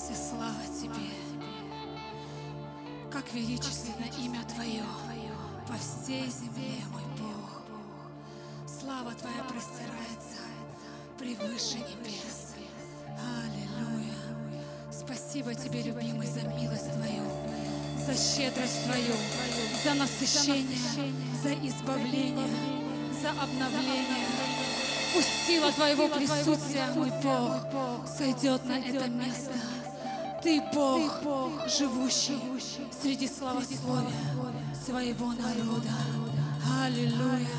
Вся слава Тебе, как величественно имя Твое по всей земле, мой Бог. Слава Твоя простирается превыше небес. Аллилуйя. Спасибо Тебе, любимый, за милость Твою, за щедрость Твою, за насыщение, за избавление, за обновление. Пусть сила Твоего присутствия, мой Бог, сойдет на это место. Ты Бог, живущий среди славословия своего народа. Аллилуйя.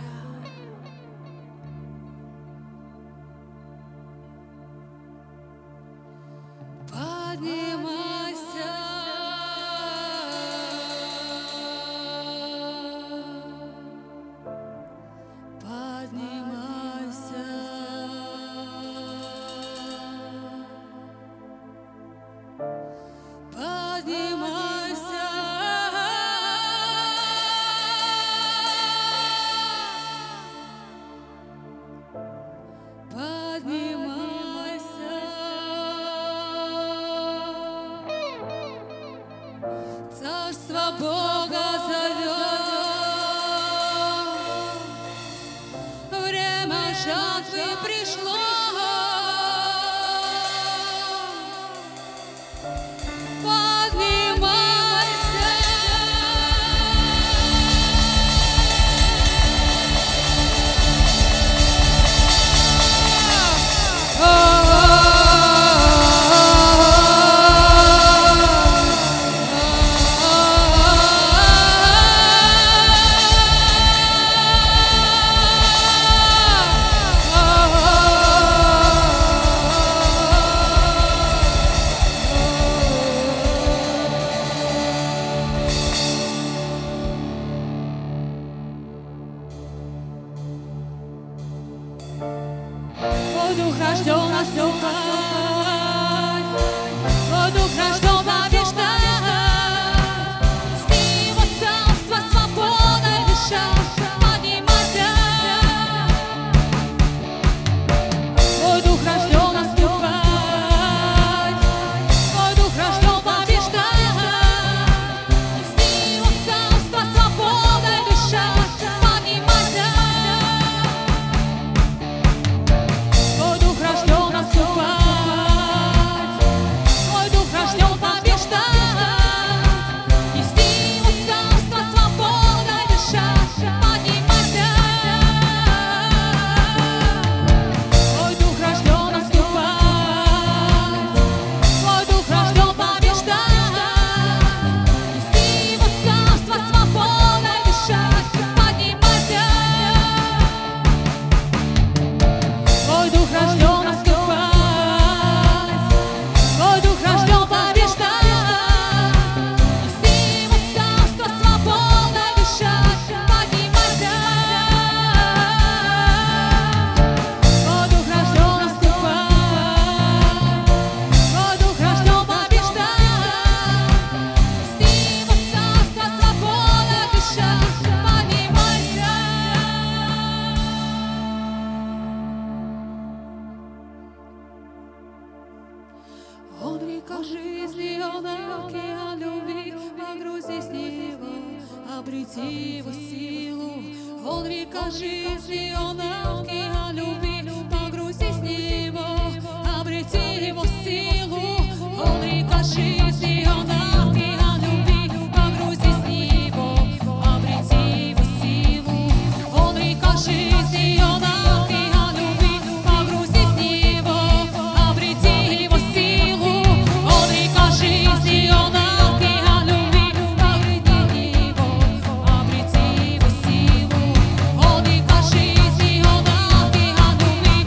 Царство Бога зовет, время жатвы пришло. Воздух рожден наступать, воздух рожден побеждать, с Него царство свободой дышать, поднимайся. Воздух рожден наступать, воздух рожден побеждать, с Него царство свободой дышать, поднимайся. Воздух рожден наступать, воздух рожден побеждать, нести Его царство свободой дышать, поднимайся. Воздух рожден наступать, воздух рожден побеждать, нести Его царство свободой дышать, поднимайся. Воздух рожден наступать, воздух рожден побеждать, нести Его царство свободой дышать, поднимайся. Воздух рожден наступать, воздух рожден побеждать, нести Его царство свободой дышать, поднимайся. Он река жизни, он океан любви, погрузись в него, обрети его силу. Он река жизни, он океан любви, погрузись в него, обрети его силу. Он река жизни, он океан любви, погрузись в него, обрети его силу. Он река жизни, он океан любви, погрузись в него, обрети его силу. Он река жизни, он океан любви, погрузись в него, обрети его силу. Он река жизни, он океан любви,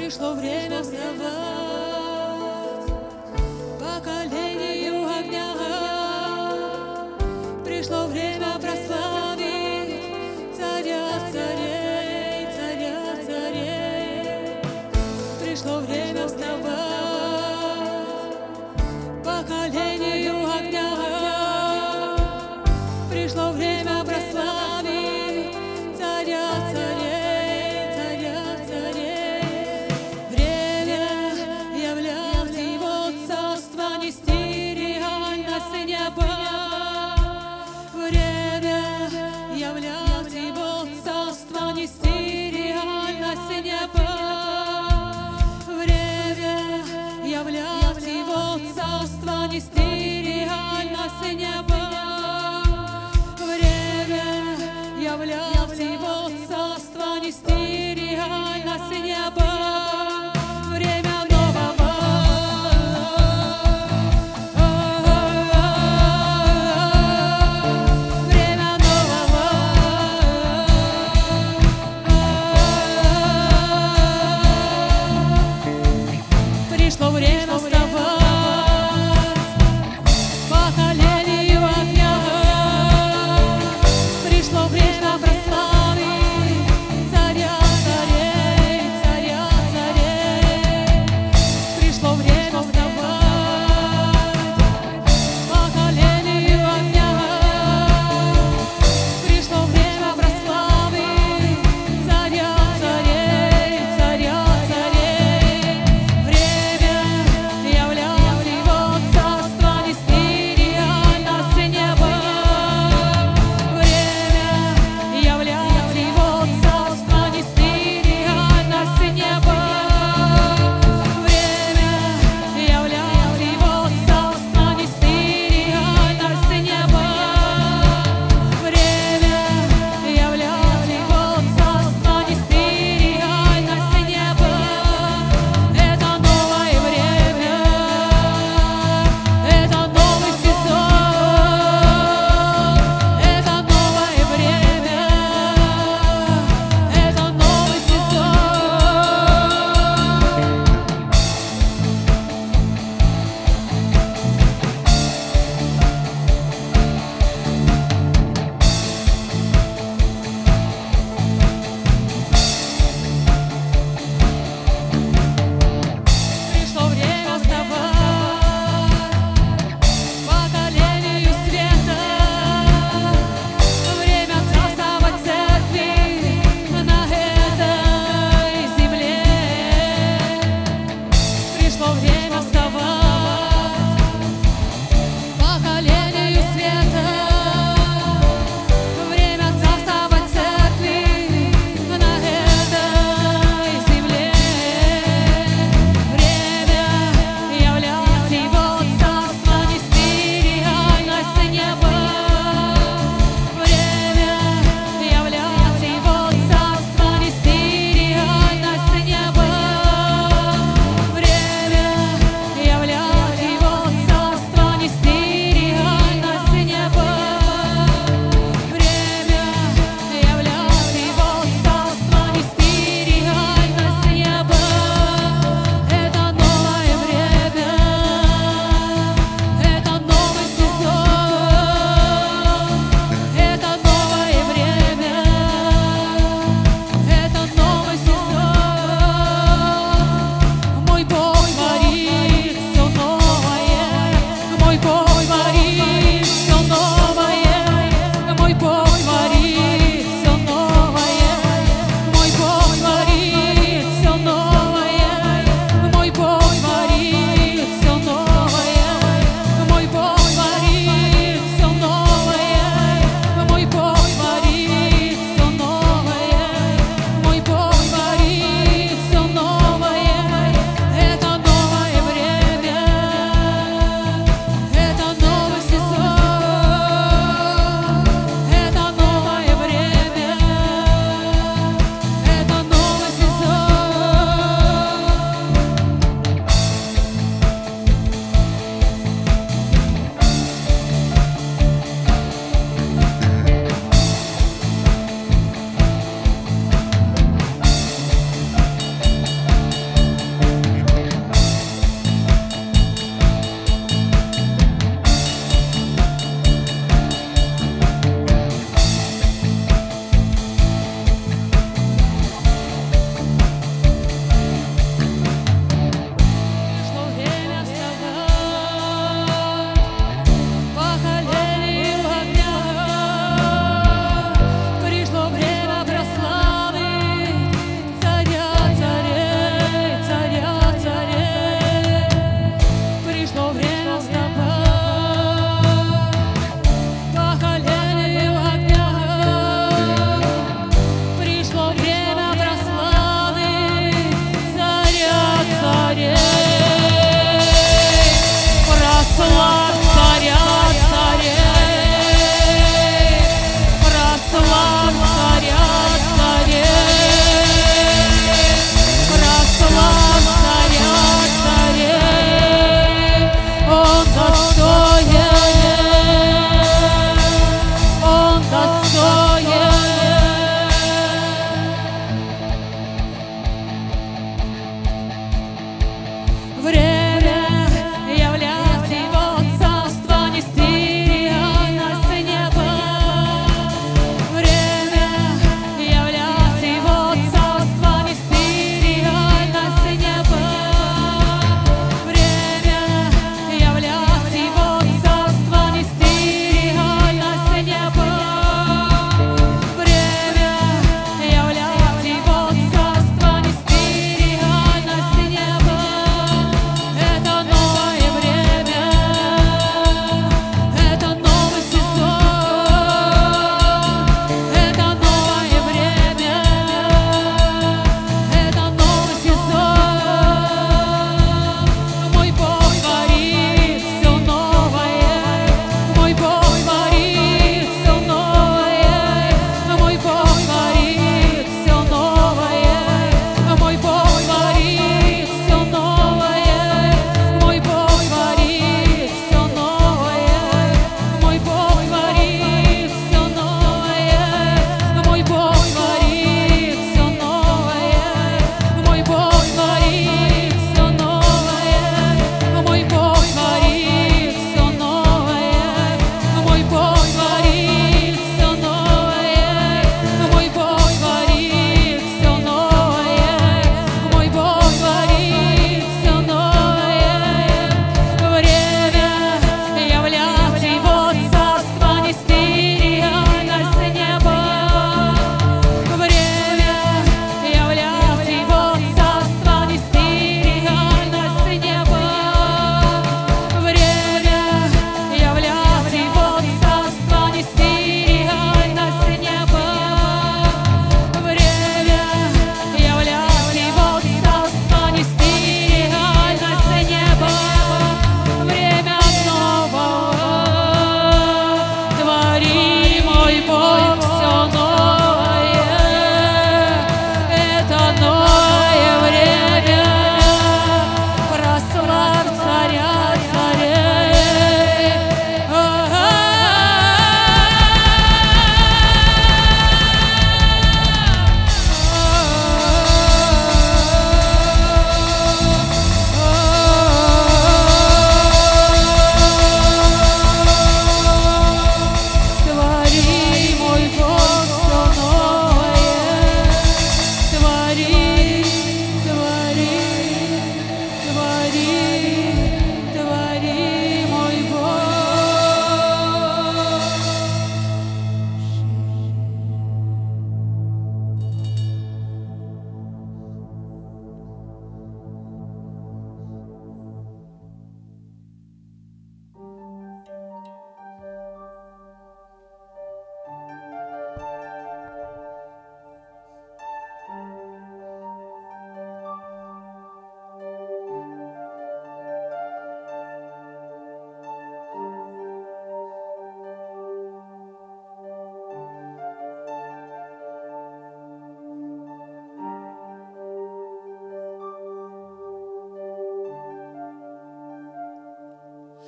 Пришло время вставать поколению огня. Пришло время прославить царя царей, царя царей. Пришло время вставать поколению огня. Пришло время прославить царя царей, царя царей. Время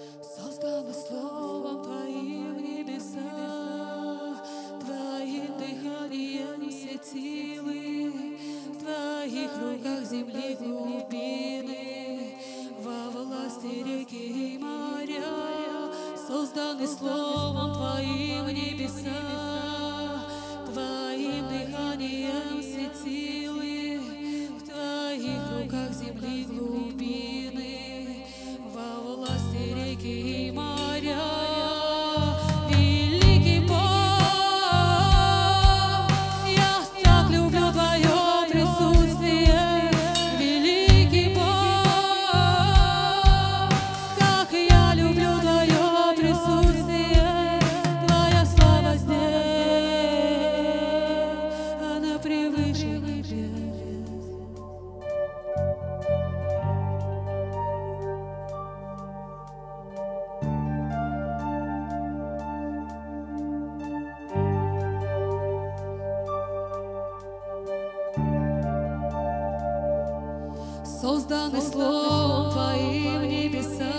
созданы словом Твоим небеса, Твоим дыханием светилы, в Твоих руках земли глубины, во власти реки и моря, созданы словом Твоим небеса, Твоим дыханием светилы, в Твоих руках земли глубины, во власти реки и моря. Великий Бог, я так люблю Твое присутствие. Великий Бог, как я люблю Твое присутствие. Твоя слава здесь, она превыше небес. Созданы словом Твоим небеса,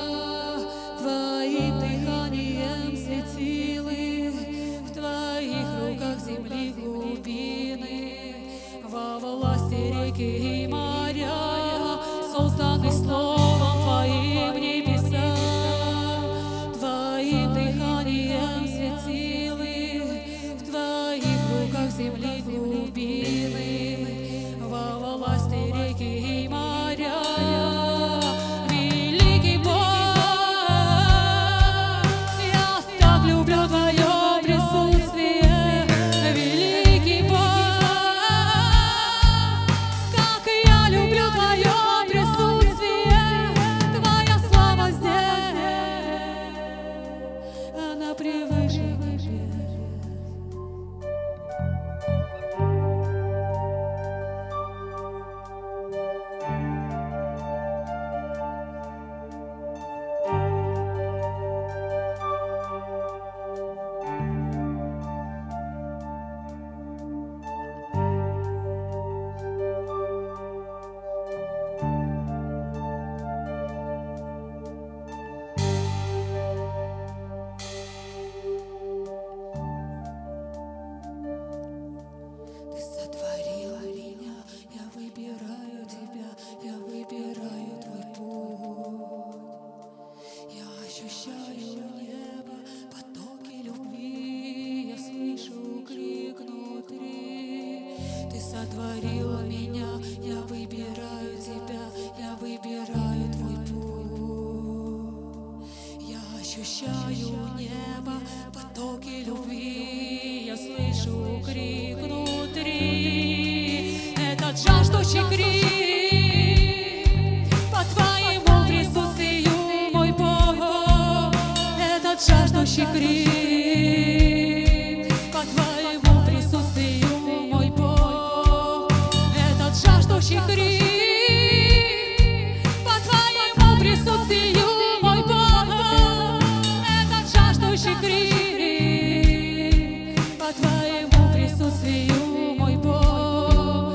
Твоим дыханием светилы, в Твоих руках земли глубины, во власти реки и моря. Созданы словом Твоим небеса, Твоим дыханием светилы, в Твоих руках земли глубины, во власти реки и моря. Великий Бог, я так люблю Твое присутствие. Великий Бог, как я люблю Твое присутствие. Твоя слава здесь, она превыше небес. Ты сотворила меня, я выбираю Тебя, я выбираю Твой путь. Я ощущаю небо, потоки любви, я слышу крик внутри. Ты сотворила меня, я выбираю Тебя, я выбираю Твой путь. Я ощущаю небо, потоки любви, я слышу крик внутри. Этот жаждущий крик по Твоему присутствию, мой Бог. Этот жаждущий крик по Твоему присутствию, мой Бог. Этот жаждущий крик по Твоему присутствию, мой Бог. Этот жаждущий крик по Твоему присутствию, мой Бог.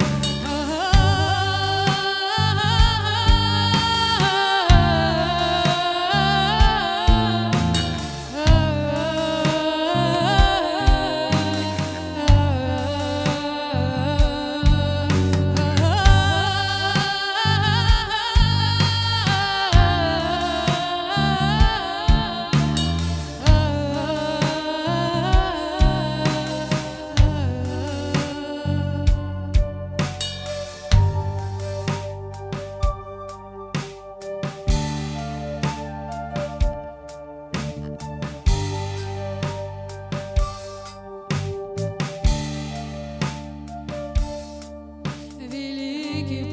Великий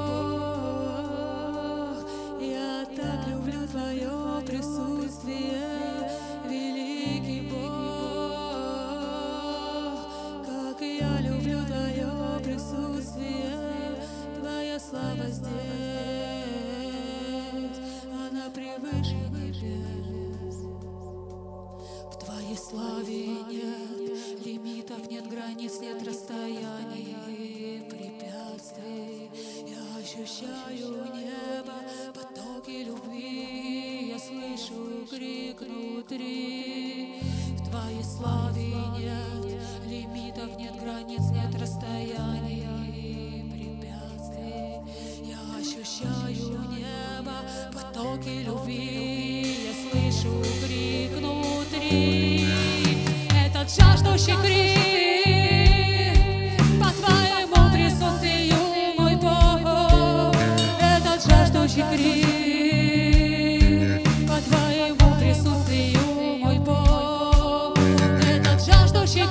Бог, я так люблю Твое присутствие. Великий Бог, как я люблю Твое присутствие. Твоя слава здесь, она превыше небес. В Твоей славе нет лимитов, нет границ, нет расстояний, препятствий. Я ощущаю небо, потоки любви, я слышу крик внутри. В Твоей славе нет лимитов, нет границ, нет расстояний и препятствий. Я ощущаю небо, потоки любви. Я слышу крик внутри. Этот жаждущий крик по Твоему присутствию, мой Бог. Этот жаждущий крик по Твоему присутствию, мой Бог. Этот жаждущий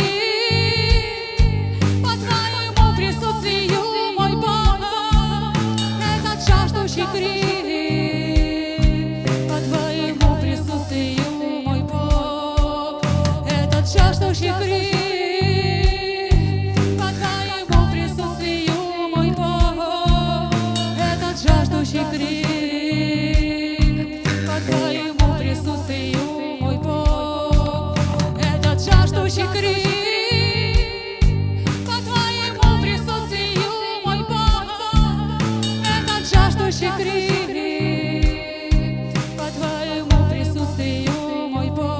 крик по Твоему присутствию, мой Бог. Этот жаждущий крик по Твоему присутствию, мой Бог. Этот жаждущий крик по Твоему присутствию, мой Бог. Этот жаждущий крик по Твоему присутствию, мой Бог. Этот жаждущий крик по Твоему присутствию, мой Бог. Этот жаждущий крик по Твоему присутствию, мой Бог.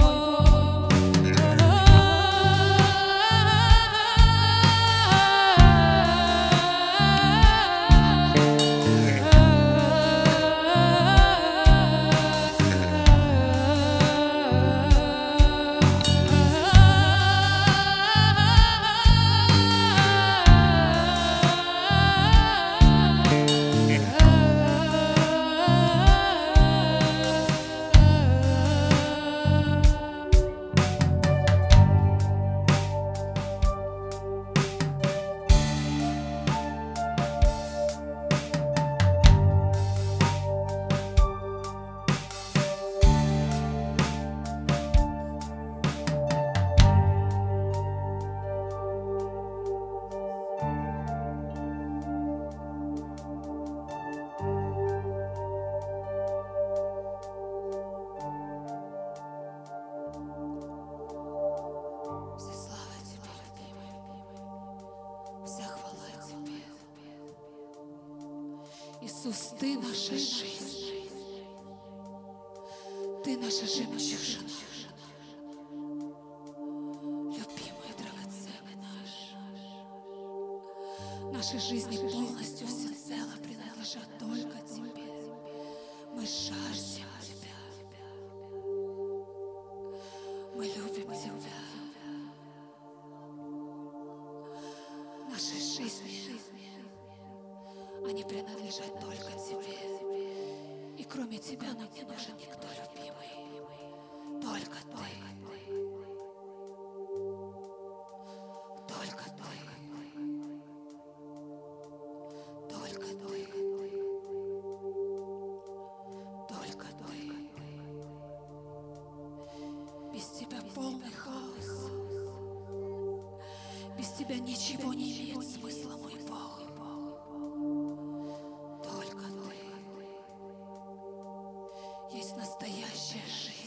Вся слава Тебе, любимый, вся хвала Тебе. Иисус, Ты наша жизнь, Ты наша жемчужина, любимый, драгоценный наш. Наши жизни полностью всецело принадлежат только Тебе. Мы жаждем Тебя, мы любим Тебя. Наши жизни, они принадлежат только Тебе. И кроме Тебя нам не нужен никто, любимый. Только Ты. Только Ты. Только Ты. Только Ты. Без Тебя полный хаос. Без Тебя ничего не имеет смысла, мой Бог. Только Ты. Есть настоящая жизнь.